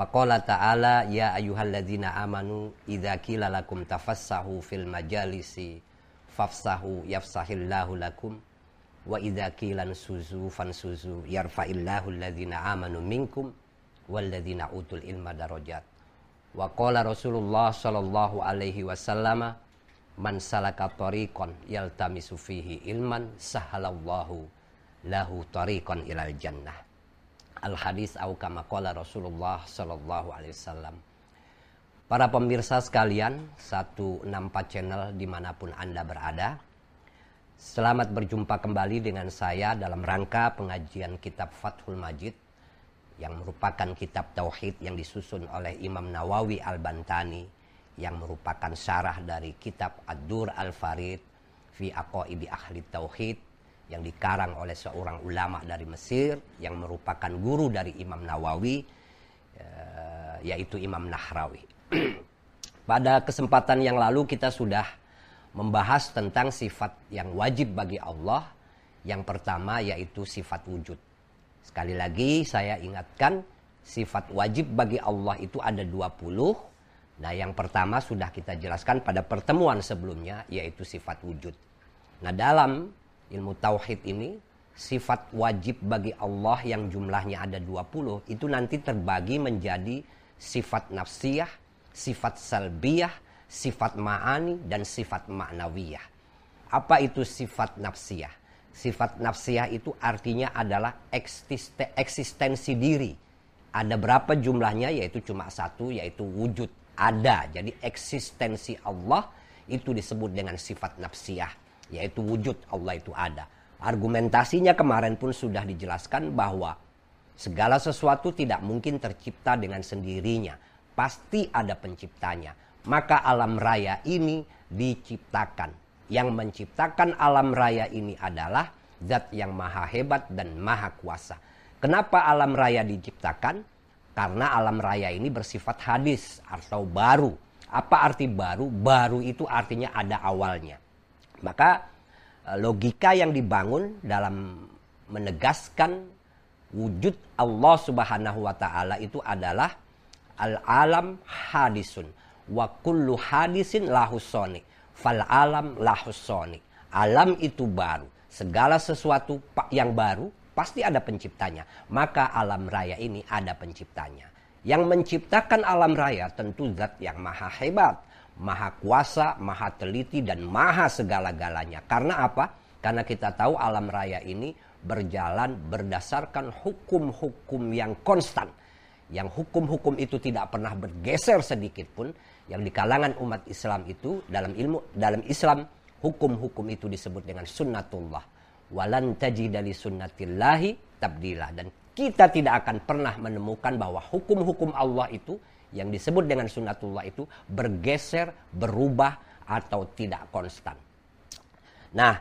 Faqala ta'ala ya ayyuhalladzina amanu idza qila lakum tafassahu fil majalisi fafsahu yafsahillahu lakum wa idza qila suzu fansuzu yarfa'illahu alladzina amanu minkum walladzina utul ilma darajat. Wa qala Rasulullah sallallahu alaihi wasallam man salaka tariqan yaltamisu fihi ilman sahalallahu lahu tariqan ilal jannah. Al hadis au kama qala Rasulullah sallallahu alaihi wasallam. Para pemirsa sekalian 164 channel dimanapun Anda berada, selamat berjumpa kembali dengan saya dalam rangka pengajian kitab Fathul Majid yang merupakan kitab tauhid yang disusun oleh Imam Nawawi Al-Bantani, yang merupakan syarah dari kitab Ad-Dur Al-Farid fi Aqaidi Ahli Tauhid yang dikarang oleh seorang ulama dari Mesir yang merupakan guru dari Imam Nawawi, yaitu Imam Nahrawi. Pada kesempatan yang lalu kita sudah membahas tentang sifat yang wajib bagi Allah. Yang pertama yaitu sifat wujud. Sekali lagi saya ingatkan, sifat wajib bagi Allah itu ada 20. Nah, yang pertama sudah kita jelaskan pada pertemuan sebelumnya, yaitu sifat wujud. Nah, dalam ilmu tauhid ini, sifat wajib bagi Allah yang jumlahnya ada 20, itu nanti terbagi menjadi sifat nafsiyah, sifat salbiyah, sifat ma'ani, dan sifat ma'nawiyah. Apa itu sifat nafsiyah? Sifat nafsiyah itu artinya adalah eksistensi diri. Ada berapa jumlahnya? Yaitu cuma satu, yaitu wujud. Ada. Jadi eksistensi Allah itu disebut dengan sifat nafsiyah, yaitu wujud Allah itu ada. Argumentasinya kemarin pun sudah dijelaskan bahwa segala sesuatu tidak mungkin tercipta dengan sendirinya. Pasti ada penciptanya. Maka alam raya ini diciptakan. Yang menciptakan alam raya ini adalah Zat yang maha hebat dan maha kuasa. Kenapa alam raya diciptakan? Karena alam raya ini bersifat hadis atau baru. Apa arti baru? Baru itu artinya ada awalnya. Maka logika yang dibangun dalam menegaskan wujud Allah Subhanahu wa taala itu adalah al-alam hadisun wa kullu hadisin lahus soni fal alam lahus soni. Alam itu baru. Segala sesuatu yang baru pasti ada penciptanya. Maka alam raya ini ada penciptanya. Yang menciptakan alam raya tentu zat yang maha hebat, maha kuasa, maha teliti, dan maha segala-galanya. Karena apa? Karena kita tahu alam raya ini berjalan berdasarkan hukum-hukum yang konstan. Yang hukum-hukum itu tidak pernah bergeser sedikit pun. Yang di kalangan umat Islam itu, dalam Islam, hukum-hukum itu disebut dengan sunnatullah. Walan tajida li sunnatillahi tabdila. Dan kita tidak akan pernah menemukan bahwa hukum-hukum Allah itu yang disebut dengan sunnatullah itu bergeser, berubah, atau tidak konstan. Nah,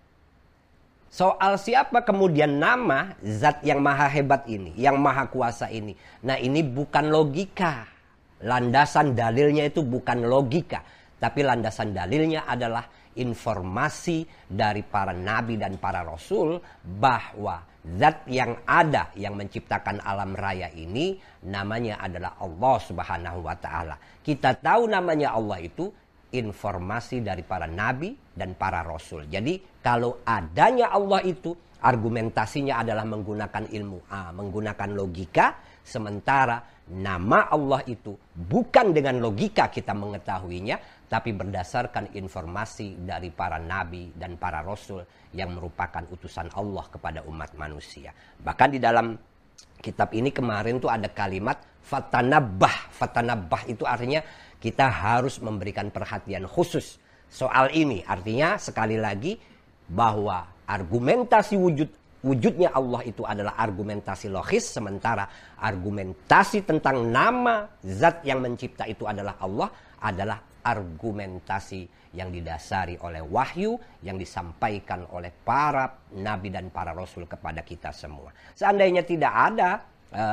soal siapa kemudian nama zat yang maha hebat ini, yang maha kuasa ini. Nah, ini bukan logika. Landasan dalilnya itu bukan logika. Tapi landasan dalilnya adalah informasi dari para nabi dan para rasul bahwa zat yang ada yang menciptakan alam raya ini namanya adalah Allah Subhanahu wa taala. Kita tahu namanya Allah itu informasi dari para nabi dan para rasul. Jadi kalau adanya Allah itu argumentasinya adalah menggunakan ilmu, menggunakan logika, sementara nama Allah itu bukan dengan logika kita mengetahuinya, tapi berdasarkan informasi dari para nabi dan para rasul yang merupakan utusan Allah kepada umat manusia. Bahkan di dalam kitab ini kemarin tuh ada kalimat fatanabbah. Fatanabbah itu artinya kita harus memberikan perhatian khusus soal ini. Artinya sekali lagi bahwa argumentasi wujudnya Allah itu adalah argumentasi logis, sementara argumentasi tentang nama zat yang mencipta itu adalah Allah adalah argumentasi yang didasari oleh wahyu yang disampaikan oleh para nabi dan para rasul kepada kita semua. Seandainya tidak ada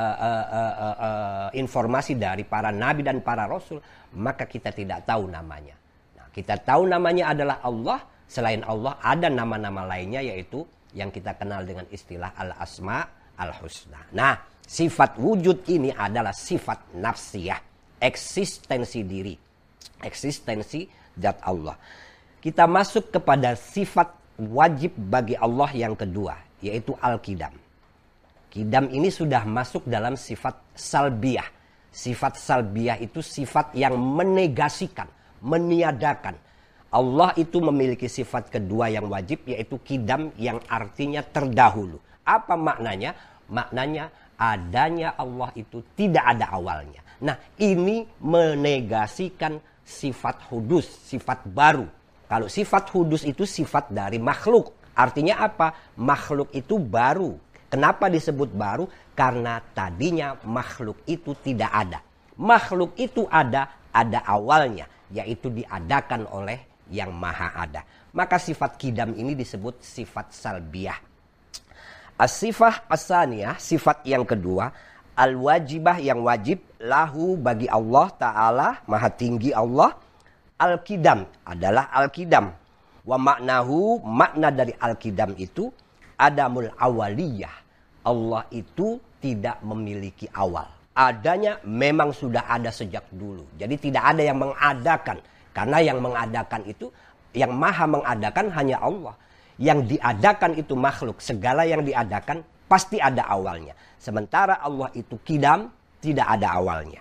informasi dari para nabi dan para rasul, maka kita tidak tahu namanya. Nah, kita tahu namanya adalah Allah. Selain Allah ada nama-nama lainnya, yaitu yang kita kenal dengan istilah al-asma al-husna. Nah, Sifat wujud ini adalah sifat nafsiyah, eksistensi diri, eksistensi zat Allah. Kita masuk kepada sifat wajib bagi Allah yang kedua, yaitu al-qidam. Qidam ini sudah masuk dalam sifat salbiyah. Sifat salbiyah itu sifat yang menegasikan, meniadakan. Allah itu memiliki sifat kedua yang wajib, yaitu qidam, yang artinya terdahulu. Apa maknanya? Maknanya adanya Allah itu tidak ada awalnya. Nah, ini menegasikan sifat hudus, sifat baru. Kalau sifat hudus itu sifat dari makhluk. Artinya apa? Makhluk itu baru. Kenapa disebut baru? Karena tadinya makhluk itu tidak ada. Makhluk itu ada awalnya, yaitu diadakan oleh yang maha ada. Maka sifat qidam ini disebut sifat salbiyah. As-sifah as-saniyah, sifat yang kedua, al-wajibah, yang wajib, lahu, bagi Allah Ta'ala, maha tinggi Allah. Al-qidam adalah al-qidam. Wa maknahu, makna dari al-qidam itu adamul awaliyah. Allah itu tidak memiliki awal. Adanya memang sudah ada sejak dulu. Jadi tidak ada yang mengadakan. Karena yang mengadakan itu, yang maha mengadakan hanya Allah. Yang diadakan itu makhluk. Segala yang diadakan pasti ada awalnya. Sementara Allah itu qidam, tidak ada awalnya.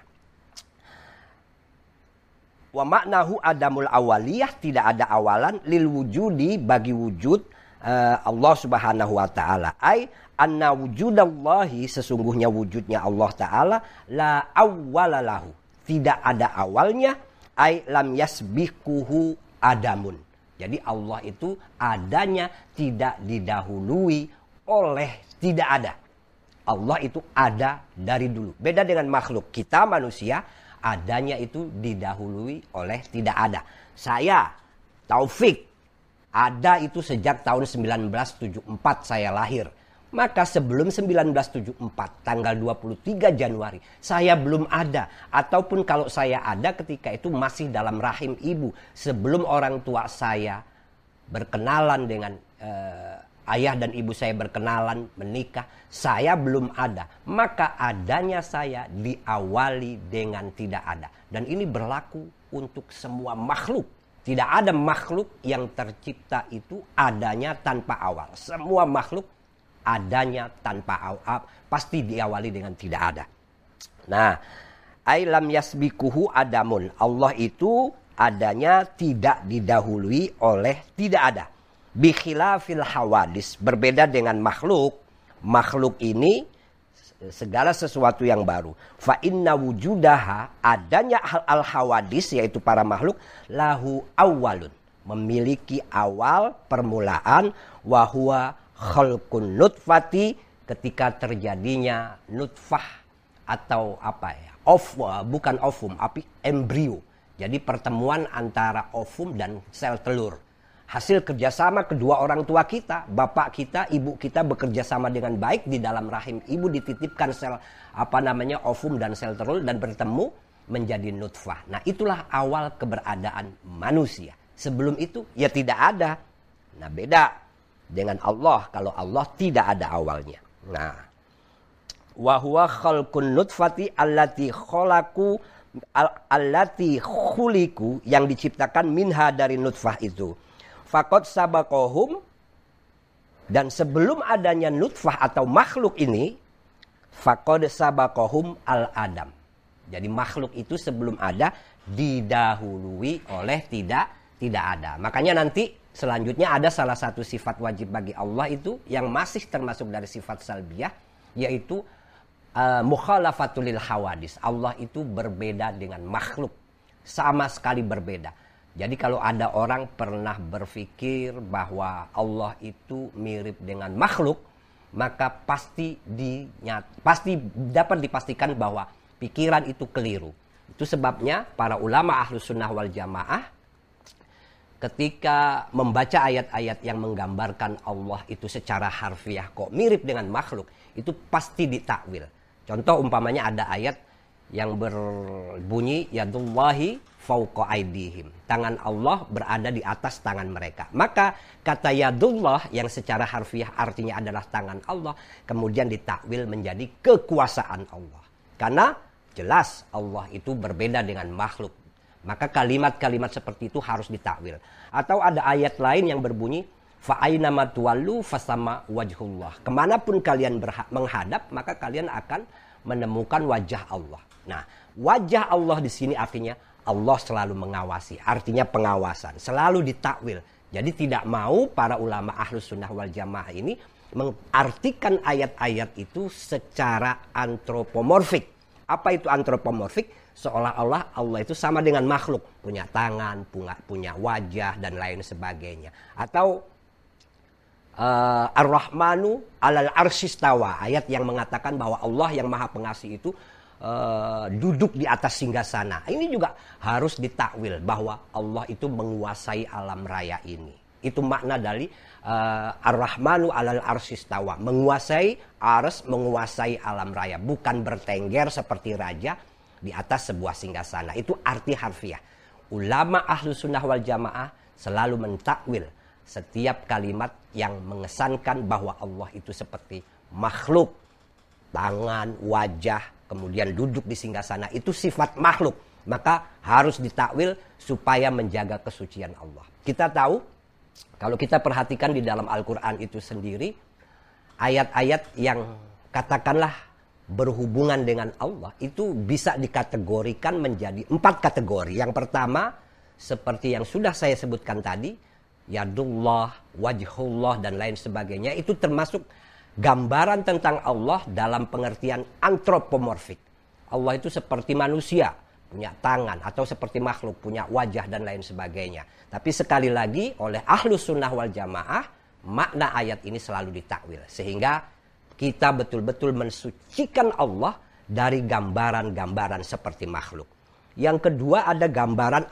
Wa maknahu adamul awaliyah, tidak ada awalan, lil wujudi, bagi wujud Allah Subhanahu wa taala. Ai anna wujudallahi, sesungguhnya wujudnya Allah taala, la awwalalahu, tidak ada awalnya. Ai lam yasbiquhu adamun. Jadi Allah itu adanya tidak didahului oleh tidak ada. Allah itu ada dari dulu. Beda dengan makhluk. Kita manusia adanya itu didahului oleh tidak ada. Saya, Taufik, ada itu sejak tahun 1974 saya lahir. Maka sebelum 1974, tanggal 23 Januari, saya belum ada. Ataupun kalau saya ada ketika itu masih dalam rahim ibu. Sebelum orang tua saya berkenalan dengan ayah dan ibu saya berkenalan, menikah, saya belum ada. Maka adanya saya diawali dengan tidak ada. Dan ini berlaku untuk semua makhluk. Tidak ada makhluk yang tercipta itu adanya tanpa awal. Semua makhluk adanya tanpa awal, pasti diawali dengan tidak ada. Nah, ailam yasbikuhu adamun. Allah itu adanya tidak didahului oleh tidak ada. Bikhilafil hawadis, berbeda dengan makhluk. Makhluk ini segala sesuatu yang baru. Fa inna wujudaha, adanya al hawadis, yaitu para makhluk, lahu awwalun, memiliki awal, permulaan, wa huwa khalqun nutfati, ketika terjadinya nutfah atau apa ya, bukan ovum, tapi embrio. Jadi pertemuan antara ovum dan sel telur. Hasil kerjasama kedua orang tua kita, bapak kita, ibu kita bekerja sama dengan baik di dalam rahim ibu, dititipkan sel ovum dan sel telur dan bertemu menjadi nutfah. Nah, itulah awal keberadaan manusia. Sebelum itu ya tidak ada. Nah, beda dengan Allah, kalau Allah tidak ada awalnya. Nah, wa huwa khalqun nutfati allati khalaqu allati khuliqu, yang diciptakan minha dari nutfah itu. Faqad sabaqahum, dan sebelum adanya nutfah atau makhluk ini, faqad sabaqahum al adam. Jadi makhluk itu sebelum ada didahului oleh tidak ada. Makanya nanti selanjutnya ada salah satu sifat wajib bagi Allah itu yang masih termasuk dari sifat salbiyah, yaitu mukhalafatul hawadis. Allah itu berbeda dengan makhluk, sama sekali berbeda. Jadi kalau ada orang pernah berpikir bahwa Allah itu mirip dengan makhluk, maka pasti dapat dipastikan bahwa pikiran itu keliru. Itu sebabnya para ulama Ahlus Sunnah wal Jamaah ketika membaca ayat-ayat yang menggambarkan Allah itu secara harfiah kok mirip dengan makhluk, itu pasti ditakwil. Contoh umpamanya ada ayat yang berbunyi yadullahi fauqa aidihim. Tangan Allah berada di atas tangan mereka. Maka kata yadullah yang secara harfiah artinya adalah tangan Allah, kemudian ditakwil menjadi kekuasaan Allah. Karena jelas Allah itu berbeda dengan makhluk. Maka kalimat-kalimat seperti itu harus ditakwil. Atau ada ayat lain yang berbunyi fa aynama tuwallu fasama wajhullah. Kemanapun kalian menghadap, maka kalian akan menemukan wajah Allah. Nah, wajah Allah di sini artinya Allah selalu mengawasi, artinya pengawasan, selalu ditakwil. Jadi tidak mau para ulama Ahlus Sunnah wal Jamaah ini mengartikan ayat-ayat itu secara antropomorfik. Apa itu antropomorfik? Seolah-olah Allah itu sama dengan makhluk, punya tangan, punya wajah dan lain sebagainya. Atau Ar-Rahmanu alal arsyistawa, ayat yang mengatakan bahwa Allah yang Maha Pengasih itu duduk di atas singgasana. Ini juga harus ditakwil bahwa Allah itu menguasai alam raya ini. Itu makna dari Ar-Rahmanu alal arsyistawa, menguasai ars, menguasai alam raya, bukan bertengger seperti raja di atas sebuah singgasana. Itu arti harfiah. Ulama Ahlus Sunnah wal Jamaah selalu mentakwil setiap kalimat yang mengesankan bahwa Allah itu seperti makhluk, tangan, wajah, kemudian duduk di singgasana, itu sifat makhluk. Maka harus ditakwil supaya menjaga kesucian Allah. Kita tahu, kalau kita perhatikan di dalam Al-Quran itu sendiri, ayat-ayat yang katakanlah berhubungan dengan Allah, itu bisa dikategorikan menjadi 4 kategori. Yang pertama, seperti yang sudah saya sebutkan tadi, yadullah, wajhullah, dan lain sebagainya, itu termasuk gambaran tentang Allah dalam pengertian antropomorfik. Allah itu seperti manusia, punya tangan, atau seperti makhluk, punya wajah dan lain sebagainya. Tapi sekali lagi oleh Ahlus Sunnah wal Jamaah, makna ayat ini selalu ditakwil. Sehingga kita betul-betul mensucikan Allah dari gambaran-gambaran seperti makhluk. Yang kedua ada gambaran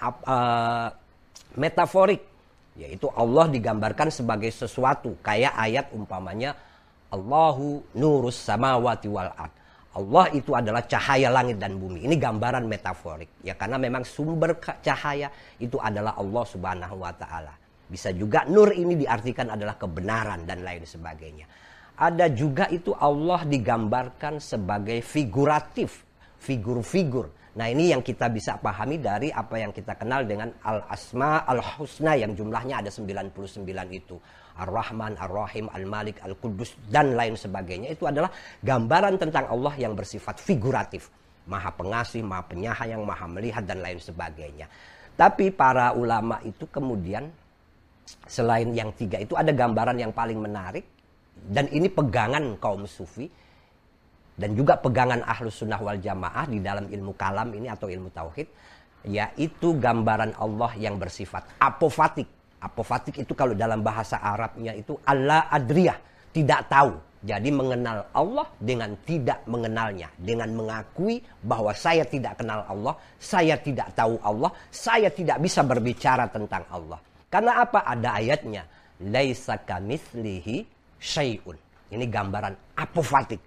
metaforik, yaitu Allah digambarkan sebagai sesuatu. Kayak ayat umpamanya, Allahu nurus samawati wal ard. Allah itu adalah cahaya langit dan bumi. Ini gambaran metaforik. Ya, karena memang sumber cahaya itu adalah Allah Subhanahu wa taala. Bisa juga nur ini diartikan adalah kebenaran dan lain sebagainya. Ada juga itu Allah digambarkan sebagai figuratif, figur-figur. Nah, ini yang kita bisa pahami dari apa yang kita kenal dengan Al-Asma Al-Husna yang jumlahnya ada 99 itu. Ar-Rahman, Ar-Rahim, Al-Malik, Al-Qudus, dan lain sebagainya. Itu adalah gambaran tentang Allah yang bersifat figuratif. Maha pengasih, maha penyayang, maha melihat, dan lain sebagainya. Tapi para ulama itu kemudian, selain yang 3 itu ada gambaran yang paling menarik. Dan ini pegangan kaum sufi. Dan juga pegangan Ahlus Sunnah wal Jamaah di dalam ilmu kalam ini atau ilmu tauhid. Yaitu gambaran Allah yang bersifat apofatik. Apofatik itu kalau dalam bahasa Arabnya itu Allah adriyah, tidak tahu. Jadi mengenal Allah dengan tidak mengenalnya. Dengan mengakui bahwa saya tidak kenal Allah, saya tidak tahu Allah, saya tidak bisa berbicara tentang Allah. Karena apa? Ada ayatnya. Laisa kamitslihi syai'un. Ini gambaran apofatik.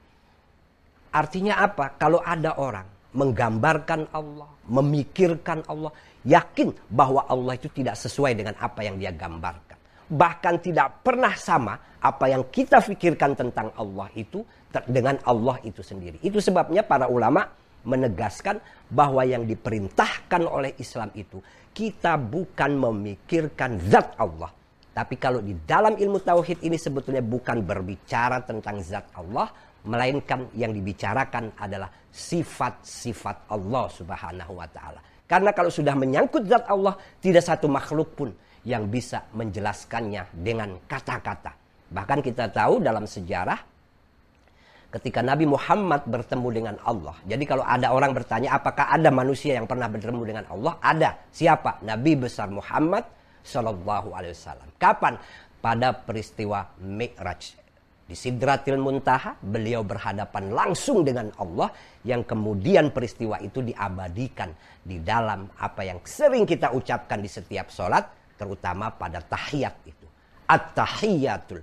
Artinya apa? Kalau ada orang menggambarkan Allah, memikirkan Allah, yakin bahwa Allah itu tidak sesuai dengan apa yang dia gambarkan. Bahkan tidak pernah sama apa yang kita pikirkan tentang Allah itu dengan Allah itu sendiri. Itu sebabnya para ulama menegaskan bahwa yang diperintahkan oleh Islam itu kita bukan memikirkan zat Allah. Tapi kalau di dalam ilmu tauhid ini sebetulnya bukan berbicara tentang zat Allah, melainkan yang dibicarakan adalah sifat-sifat Allah Subhanahu wa taala. Karena kalau sudah menyangkut zat Allah, tidak satu makhluk pun yang bisa menjelaskannya dengan kata-kata. Bahkan kita tahu dalam sejarah ketika Nabi Muhammad bertemu dengan Allah. Jadi kalau ada orang bertanya apakah ada manusia yang pernah bertemu dengan Allah? Ada. Siapa? Nabi besar Muhammad Sallallahu Alaihi Wasallam. Kapan? Pada peristiwa Mi'raj. Di Sidratil Muntaha beliau berhadapan langsung dengan Allah, yang kemudian peristiwa itu diabadikan di dalam apa yang sering kita ucapkan di setiap sholat, terutama pada tahiyat itu. At-tahiyatul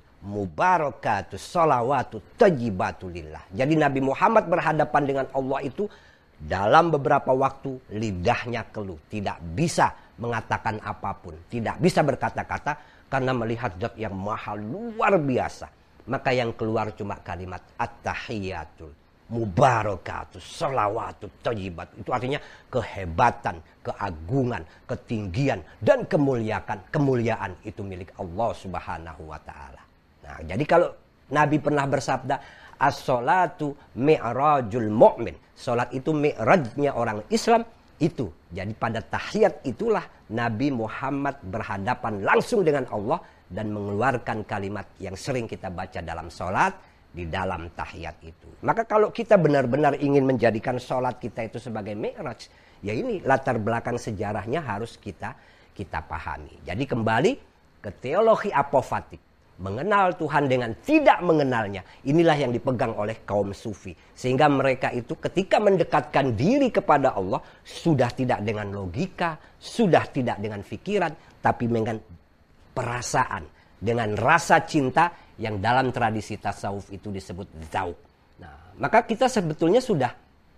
mubarakatus sholawatu thayyibatu lillah. Jadi Nabi Muhammad berhadapan dengan Allah itu Dalam beberapa waktu lidahnya keluh, tidak bisa mengatakan apapun, tidak bisa berkata-kata karena melihat zat yang maha luar biasa. Maka yang keluar cuma kalimat at-tahiyatul mubarakatuh, sholawatut thayyibat. Itu artinya kehebatan, keagungan, ketinggian, dan kemuliaan itu milik Allah Subhanahu wa ta'ala. Nah, jadi kalau Nabi pernah bersabda, as-sholatu mi'rajul mu'min. Sholat itu mi'rajnya orang Islam itu. Jadi pada tahiyat itulah Nabi Muhammad berhadapan langsung dengan Allah dan mengeluarkan kalimat yang sering kita baca dalam sholat di dalam tahiyat itu. Maka kalau kita benar-benar ingin menjadikan sholat kita itu sebagai mi'raj, ya ini latar belakang sejarahnya harus kita pahami. Jadi kembali ke teologi apofatik. Mengenal Tuhan dengan tidak mengenalnya. Inilah yang dipegang oleh kaum sufi. Sehingga mereka itu ketika mendekatkan diri kepada Allah, sudah tidak dengan logika, sudah tidak dengan pikiran, tapi dengan perasaan. Dengan rasa cinta yang dalam tradisi tasawuf itu disebut zauq. Nah, maka kita sebetulnya sudah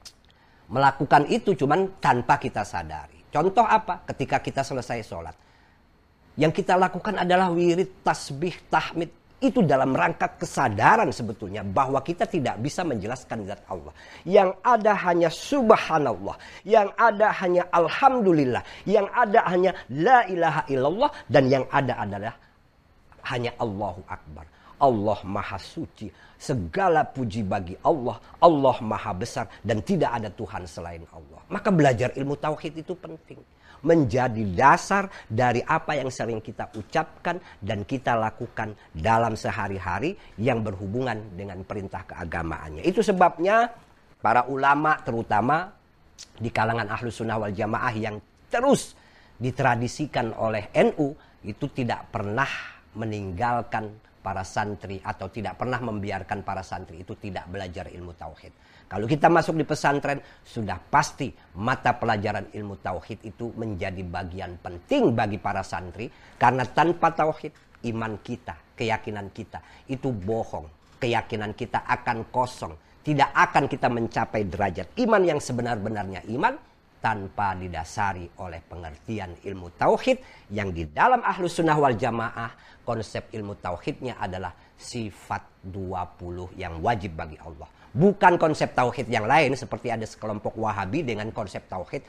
melakukan itu cuman tanpa kita sadari. Contoh apa? Ketika kita selesai sholat. Yang kita lakukan adalah wirid, tasbih, tahmid. Itu dalam rangka kesadaran sebetulnya bahwa kita tidak bisa menjelaskan zat Allah. Yang ada hanya subhanallah. Yang ada hanya alhamdulillah. Yang ada hanya la ilaha illallah. Dan yang ada adalah hanya Allahu Akbar. Allah Maha Suci. Segala puji bagi Allah. Allah Maha Besar. Dan tidak ada Tuhan selain Allah. Maka belajar ilmu tauhid itu penting. Menjadi dasar dari apa yang sering kita ucapkan dan kita lakukan dalam sehari-hari yang berhubungan dengan perintah keagamaannya. Itu sebabnya para ulama terutama di kalangan Ahlus Sunnah wal Jamaah yang terus ditradisikan oleh NU itu tidak pernah meninggalkan para santri atau tidak pernah membiarkan para santri itu tidak belajar ilmu tauhid. Kalau kita masuk di pesantren, sudah pasti mata pelajaran ilmu tauhid itu menjadi bagian penting bagi para santri. Karena tanpa tauhid, iman kita, keyakinan kita itu bohong. Keyakinan kita akan kosong. Tidak akan kita mencapai derajat iman yang sebenar-benarnya iman tanpa didasari oleh pengertian ilmu tauhid yang di dalam Ahlus Sunnah wal Jamaah konsep ilmu tauhidnya adalah sifat 20 yang wajib bagi Allah. Bukan konsep tauhid yang lain seperti ada sekelompok Wahabi dengan konsep tauhid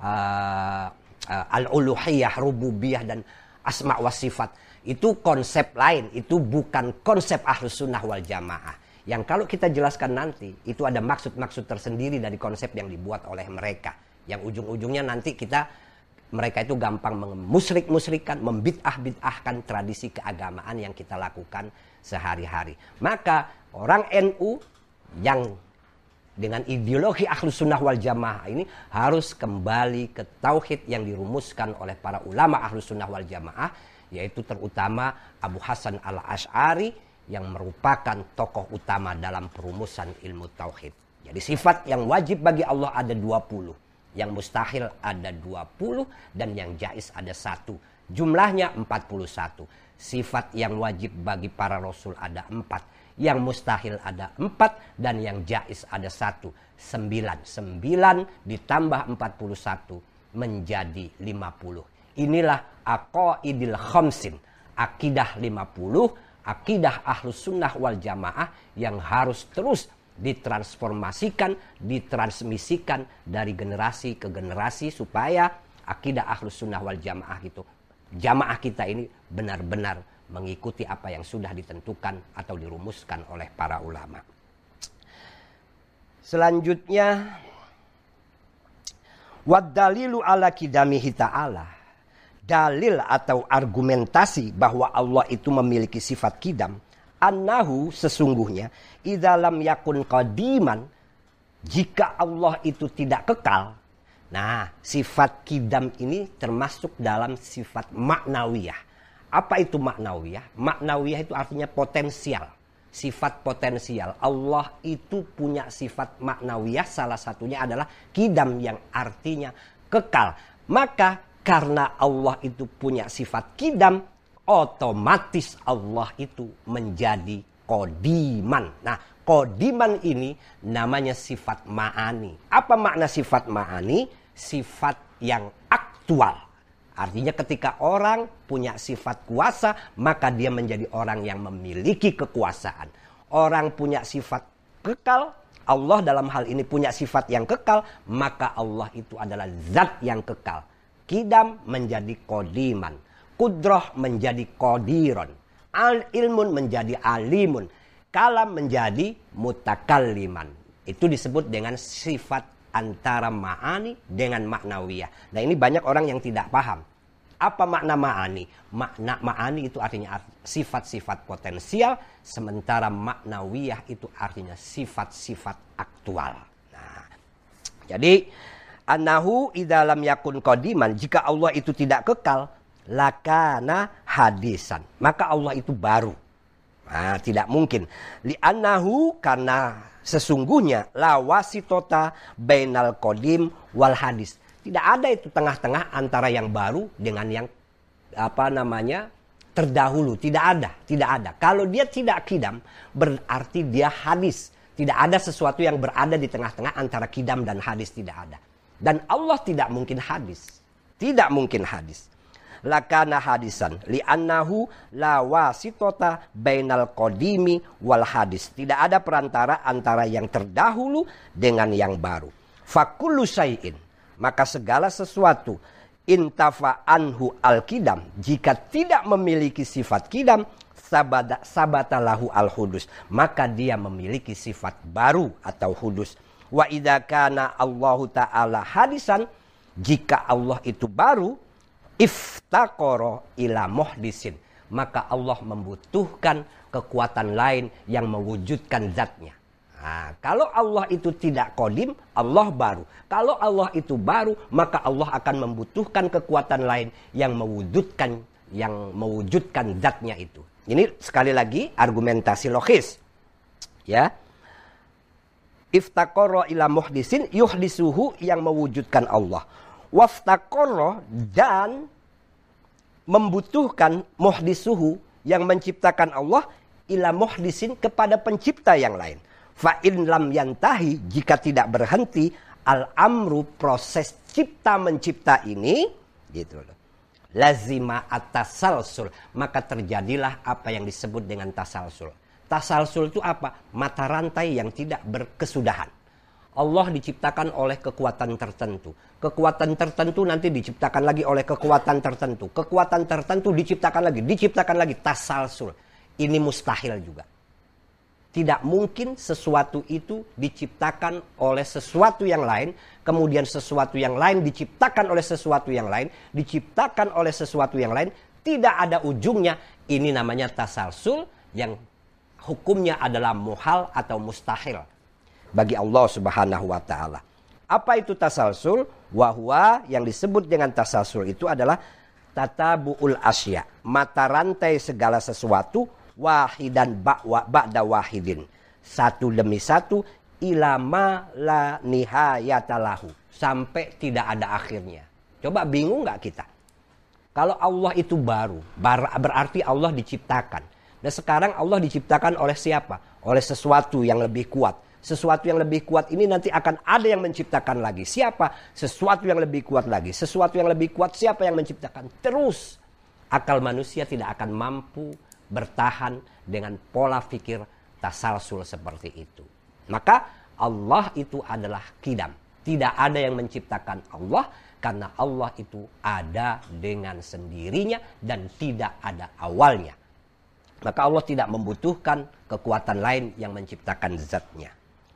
al-uluhiyah, rububiyah dan asma wa sifat. Itu konsep lain, itu bukan konsep Ahlus Sunnah wal Jamaah. Yang kalau kita jelaskan nanti, itu ada maksud-maksud tersendiri dari konsep yang dibuat oleh mereka. Yang ujung-ujungnya nanti mereka itu gampang memusrik-musrikan, membid'ah-bid'ahkan tradisi keagamaan yang kita lakukan sehari-hari. Maka orang NU yang dengan ideologi Ahlus Sunnah wal Jamaah ini harus kembali ke tauhid yang dirumuskan oleh para ulama Ahlus Sunnah wal Jamaah, yaitu terutama Abu Hasan al-Asy'ari yang merupakan tokoh utama dalam perumusan ilmu tauhid. Jadi sifat yang wajib bagi Allah ada 20, yang mustahil ada 20, dan yang jaiz ada 1. Jumlahnya 41. Sifat yang wajib bagi para rasul ada 4. Yang mustahil ada 4 dan yang jaiz ada 1. 9 ditambah 41 menjadi 50. Inilah aqaidil khamsin. Akidah 50, akidah Ahlus Sunnah wal Jamaah yang harus terus ditransformasikan, ditransmisikan dari generasi ke generasi supaya akidah Ahlus Sunnah wal Jamaah gitu. Jamaah kita ini benar-benar mengikuti apa yang sudah ditentukan atau dirumuskan oleh para ulama. Selanjutnya, wad dalilu ala qidamihi ta'ala. Dalil atau argumentasi bahwa Allah itu memiliki sifat qidam. Annahu sesungguhnya idza lam yakun qadiman, jika Allah itu tidak kekal. Nah, sifat qidam ini termasuk dalam sifat maknawiyah. Apa itu maknawiyah? Maknawiyah itu artinya potensial. Sifat potensial. Allah itu punya sifat maknawiyah, salah satunya adalah qidam yang artinya kekal. Maka karena Allah itu punya sifat qidam, otomatis Allah itu menjadi qadiman. Nah, Qadiman ini namanya sifat ma'ani. Apa makna sifat ma'ani? Sifat yang aktual. Artinya ketika orang punya sifat kuasa, maka dia menjadi orang yang memiliki kekuasaan. Orang punya sifat kekal, Allah dalam hal ini punya sifat yang kekal, maka Allah itu adalah zat yang kekal. Qidam menjadi qadiman, kudrah menjadi qadiron, ilmun menjadi alimun, kalam menjadi mutakalliman. Itu disebut dengan sifat antara ma'ani dengan ma'nawiyah. Nah, ini banyak orang yang tidak paham. Apa makna ma'ani? Makna ma'ani itu artinya sifat-sifat potensial, sementara ma'nawiyah itu artinya sifat-sifat aktual. Nah, jadi annahu idza lam yakun qadiman, jika Allah itu tidak kekal, lakana hadisan, maka Allah itu baru. Nah, tidak mungkin. Li'annahu, karena sesungguhnya la wasitota bainal qadim wal hadis. Tidak ada itu tengah-tengah antara yang baru dengan yang terdahulu. Tidak ada. Kalau dia tidak qidam, berarti dia hadis. Tidak ada sesuatu yang berada di tengah-tengah antara qidam dan hadis, tidak ada. Dan Allah tidak mungkin hadis. Tidak mungkin hadis. Lakana hadisan li'annahu la wasitota bainal qadimi wal hadis. Tidak ada perantara antara yang terdahulu dengan yang baru. Fakullu syai'in, maka segala sesuatu intafa anhu al-qidam, jika tidak memiliki sifat qidam, sabatalahu al-hudus, maka dia memiliki sifat baru atau hudus. Wa idza kana Allahu ta'ala hadisan, jika Allah itu baru, iftaqara ila muhdisin, maka Allah membutuhkan kekuatan lain yang mewujudkan zatnya. Nah, kalau Allah itu tidak qadim, Allah baru. Kalau Allah itu baru, maka Allah akan membutuhkan kekuatan lain yang mewujudkan zatnya itu. Ini sekali lagi argumentasi logis. Ya. Iftaqara ila muhdisin yuhdisuhu, yang mewujudkan Allah. Waftaqara, dan membutuhkan muhdisuhu, yang menciptakan Allah, ila muhdisin, kepada pencipta yang lain. Fa in lam yantahi, jika tidak berhenti al-amru, proses cipta mencipta ini, gitu loh. Lazima at-tasalsul, maka terjadilah apa yang disebut dengan tasalsul. Tasalsul itu apa? Mata rantai yang tidak berkesudahan. Allah diciptakan oleh kekuatan tertentu. Kekuatan tertentu nanti diciptakan lagi oleh kekuatan tertentu. Kekuatan tertentu diciptakan lagi. Tasalsul. Ini mustahil juga. Tidak mungkin sesuatu itu diciptakan oleh sesuatu yang lain, kemudian sesuatu yang lain diciptakan oleh sesuatu yang lain, diciptakan oleh sesuatu yang lain, tidak ada ujungnya. Ini namanya tasalsul yang hukumnya adalah muhal atau mustahil bagi Allah Subhanahu wa ta'ala. Apa itu tasalsul? Wahwa, yang disebut dengan tasalsul itu adalah tatabu'ul asya, mata rantai segala sesuatu, wahidan ba'da wahidin, satu demi satu, ilama la nihayatalahu, sampai tidak ada akhirnya. Coba bingung gak kita? Kalau Allah itu baru, berarti Allah diciptakan. Dan sekarang Allah diciptakan oleh siapa? Oleh sesuatu yang lebih kuat. Sesuatu yang lebih kuat ini nanti akan ada yang menciptakan lagi. Siapa? Sesuatu yang lebih kuat lagi. Sesuatu yang lebih kuat, siapa yang menciptakan? Terus. Akal manusia tidak akan mampu bertahan dengan pola pikir tasalsul seperti itu. Maka Allah itu adalah qidam. Tidak ada yang menciptakan Allah, karena Allah itu ada dengan sendirinya dan tidak ada awalnya. Maka Allah tidak membutuhkan kekuatan lain yang menciptakan zatnya.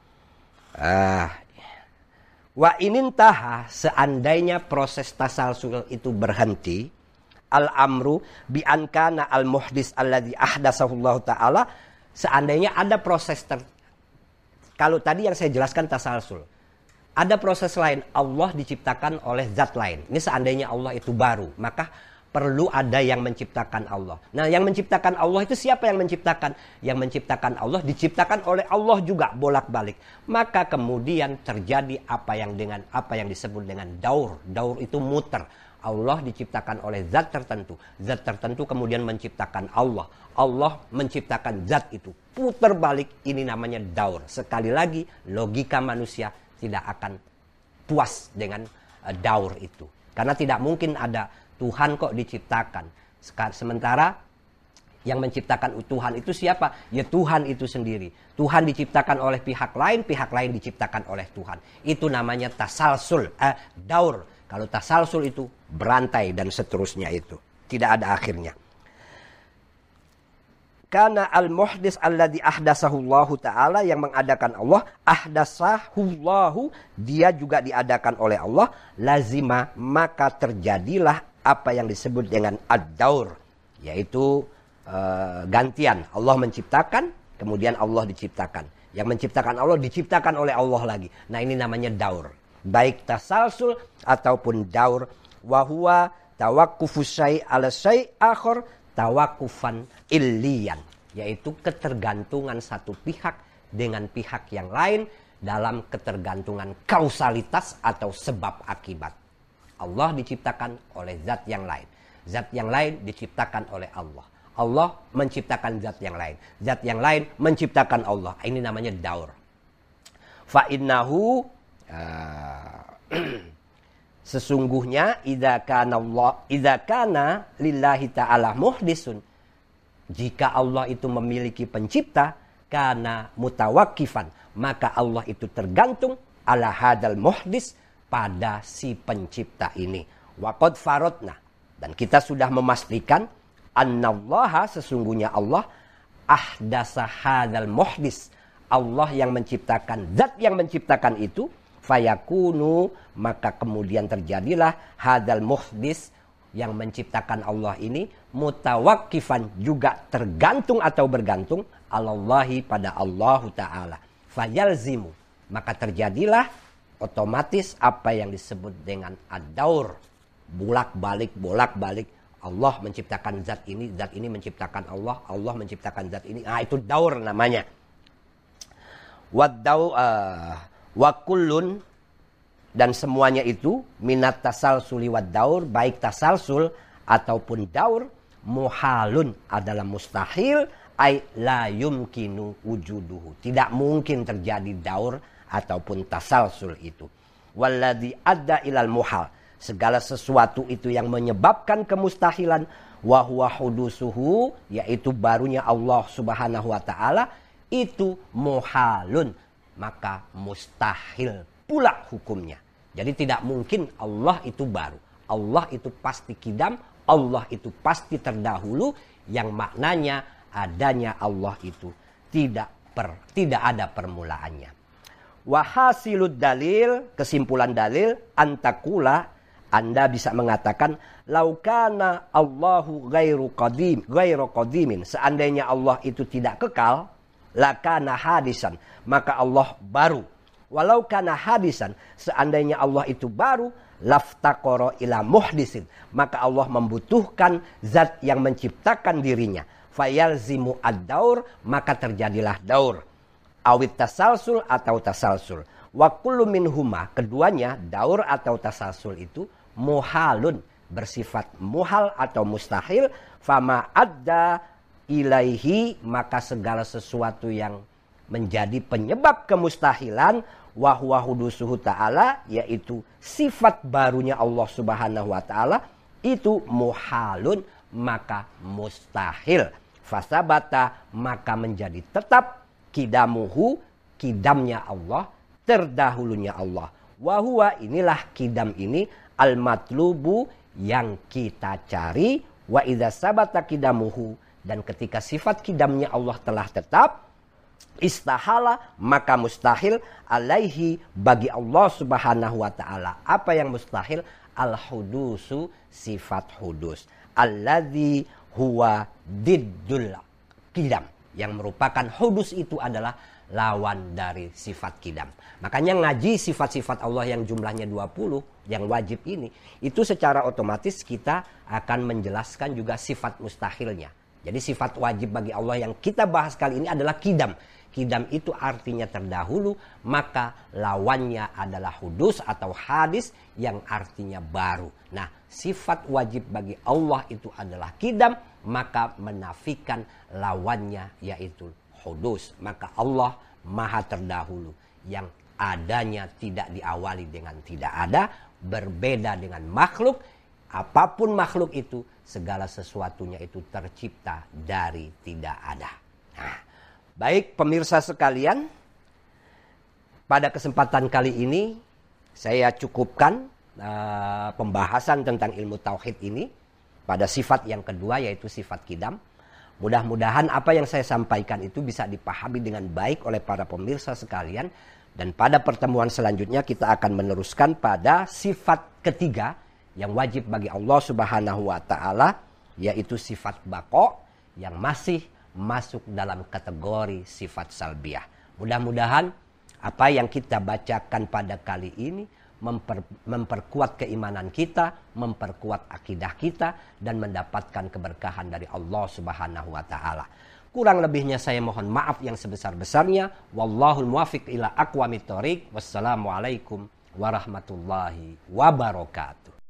Wa inintaha, seandainya proses tasalsul itu berhenti, al-amru bi an kana al-muhdis alladzi ahdatsahu Allah taala, seandainya ada proses kalau tadi yang saya jelaskan tasalsul, ada proses lain, Allah diciptakan oleh zat lain. Ini seandainya Allah itu baru, maka perlu ada yang menciptakan Allah. Nah, yang menciptakan Allah itu siapa yang menciptakan? Yang menciptakan Allah diciptakan oleh Allah juga bolak-balik. Maka kemudian terjadi apa yang disebut dengan daur. Daur itu muter. Allah diciptakan oleh zat tertentu. Zat tertentu kemudian menciptakan Allah. Allah menciptakan zat itu. Putar balik, ini namanya daur. Sekali lagi, logika manusia tidak akan puas dengan daur itu. Karena tidak mungkin ada Tuhan kok diciptakan. Sementara yang menciptakan Tuhan itu siapa? Ya Tuhan itu sendiri. Tuhan diciptakan oleh pihak lain diciptakan oleh Tuhan. Itu namanya tasalsul, daur. Kalau tasalsul itu berantai dan seterusnya itu. Tidak ada akhirnya. Karena al-muhdis alladzi ahdasahullahu ta'ala, yang mengadakan Allah, ahdasahullahu, dia juga diadakan oleh Allah, lazima, maka terjadilah apa yang disebut dengan ad-daur, yaitu gantian. Allah menciptakan, kemudian Allah diciptakan. Yang menciptakan Allah diciptakan oleh Allah lagi. Nah, ini namanya daur. Baik tasalsul ataupun daur. Wahuwa tawakkufus syai' ala syai' akhar tawakufan illiyan, yaitu ketergantungan satu pihak dengan pihak yang lain dalam ketergantungan kausalitas atau sebab akibat. Allah diciptakan oleh zat yang lain. Zat yang lain diciptakan oleh Allah. Allah menciptakan zat yang lain. Zat yang lain menciptakan Allah. Ini namanya daur. Fa innahu sesungguhnya idza kana lillahi ta'ala muhdisun, jika Allah itu memiliki pencipta, kana mutawakkifan, maka Allah itu tergantung ala hadal muhdis, pada si pencipta ini. Wa qad faradna, dan kita sudah memastikan annallaha, sesungguhnya Allah ahdasa hadal muhdis, Allah yang menciptakan, zat yang menciptakan itu. Fayakunu, maka kemudian terjadilah hadal muhdis, yang menciptakan Allah ini, mutawakkifan, juga tergantung atau bergantung, alallahi, pada Allah Ta'ala. Fayalzimu, maka terjadilah otomatis apa yang disebut dengan ad-daur, bolak-balik. Allah menciptakan zat ini menciptakan Allah, Allah menciptakan zat ini. Nah, itu daur namanya. Wa kullun, dan semuanya itu minat tasalsuli wad daur, baik tasalsul ataupun daur, muhalun, adalah mustahil, ay la yumkinu wujuduhu, tidak mungkin terjadi daur ataupun tasalsul itu. Walladzi adda ilal muhal, segala sesuatu itu yang menyebabkan kemustahilan, wa huwa hudusuhu, yaitu barunya Allah Subhanahu wa taala, itu muhalun, maka mustahil pula hukumnya. Jadi tidak mungkin Allah itu baru. Allah itu pasti kidam, Allah itu pasti terdahulu, yang maknanya adanya Allah itu tidak ada permulaannya. Wahasilud dalil, kesimpulan dalil, antakula, Anda bisa mengatakan, laukana Allahu ghairu qadimin, seandainya Allah itu tidak kekal, lakana hadisan, maka Allah baru. Walau kana hadisan, seandainya Allah itu baru, laftaqara ila muhdisin, maka Allah membutuhkan zat yang menciptakan dirinya. Fayalzimu ad-daur, maka terjadilah daur. Awit tasalsul, atau tasalsul. Wa kullu minhuma, keduanya, daur atau tasalsul itu muhalun, bersifat muhal atau mustahil. Fama adda ilaihi, maka segala sesuatu yang menjadi penyebab kemustahilan, wa huwa hudusuhu ta'ala, yaitu sifat barunya Allah Subhanahu wa taala, itu muhalun, maka mustahil. Fasabata, maka menjadi tetap, kidamuhu, kidamnya Allah, terdahulunya Allah. Wa huwa, inilah kidam ini, al-matlubu, yang kita cari. Wa idza sabata kidamuhu, dan ketika sifat kidamnya Allah telah tetap, istahala, maka mustahil, alaihi, bagi Allah Subhanahu wa ta'ala. Apa yang mustahil? Al-hudusu, sifat hudus. Alladzi huwa diddul kidam, yang merupakan hudus itu adalah lawan dari sifat kidam. Makanya ngaji sifat-sifat Allah yang jumlahnya 20 yang wajib ini, itu secara otomatis kita akan menjelaskan juga sifat mustahilnya. Jadi sifat wajib bagi Allah yang kita bahas kali ini adalah kidam. Kidam itu artinya terdahulu, maka lawannya adalah hudus atau hadis yang artinya baru. Nah, sifat wajib bagi Allah itu adalah kidam, maka menafikan lawannya yaitu hudus. Maka Allah maha terdahulu yang adanya tidak diawali dengan tidak ada, berbeda dengan makhluk. Apapun makhluk itu, segala sesuatunya itu tercipta dari tidak ada. Nah, baik pemirsa sekalian, pada kesempatan kali ini saya cukupkan pembahasan tentang ilmu tauhid ini pada sifat yang kedua yaitu sifat kidam. Mudah-mudahan apa yang saya sampaikan itu bisa dipahami dengan baik oleh para pemirsa sekalian, dan pada pertemuan selanjutnya kita akan meneruskan pada sifat ketiga yang wajib bagi Allah Subhanahu wa taala, yaitu sifat baqo yang masih masuk dalam kategori sifat salbiyah. Mudah-mudahan apa yang kita bacakan pada kali ini memperkuat keimanan kita, memperkuat akidah kita, dan mendapatkan keberkahan dari Allah Subhanahu wa taala. Kurang lebihnya saya mohon maaf yang sebesar-besarnya. Wallahul muwaffiq ila aqwamit thoriq. Wassalamualaikum warahmatullahi wabarakatuh.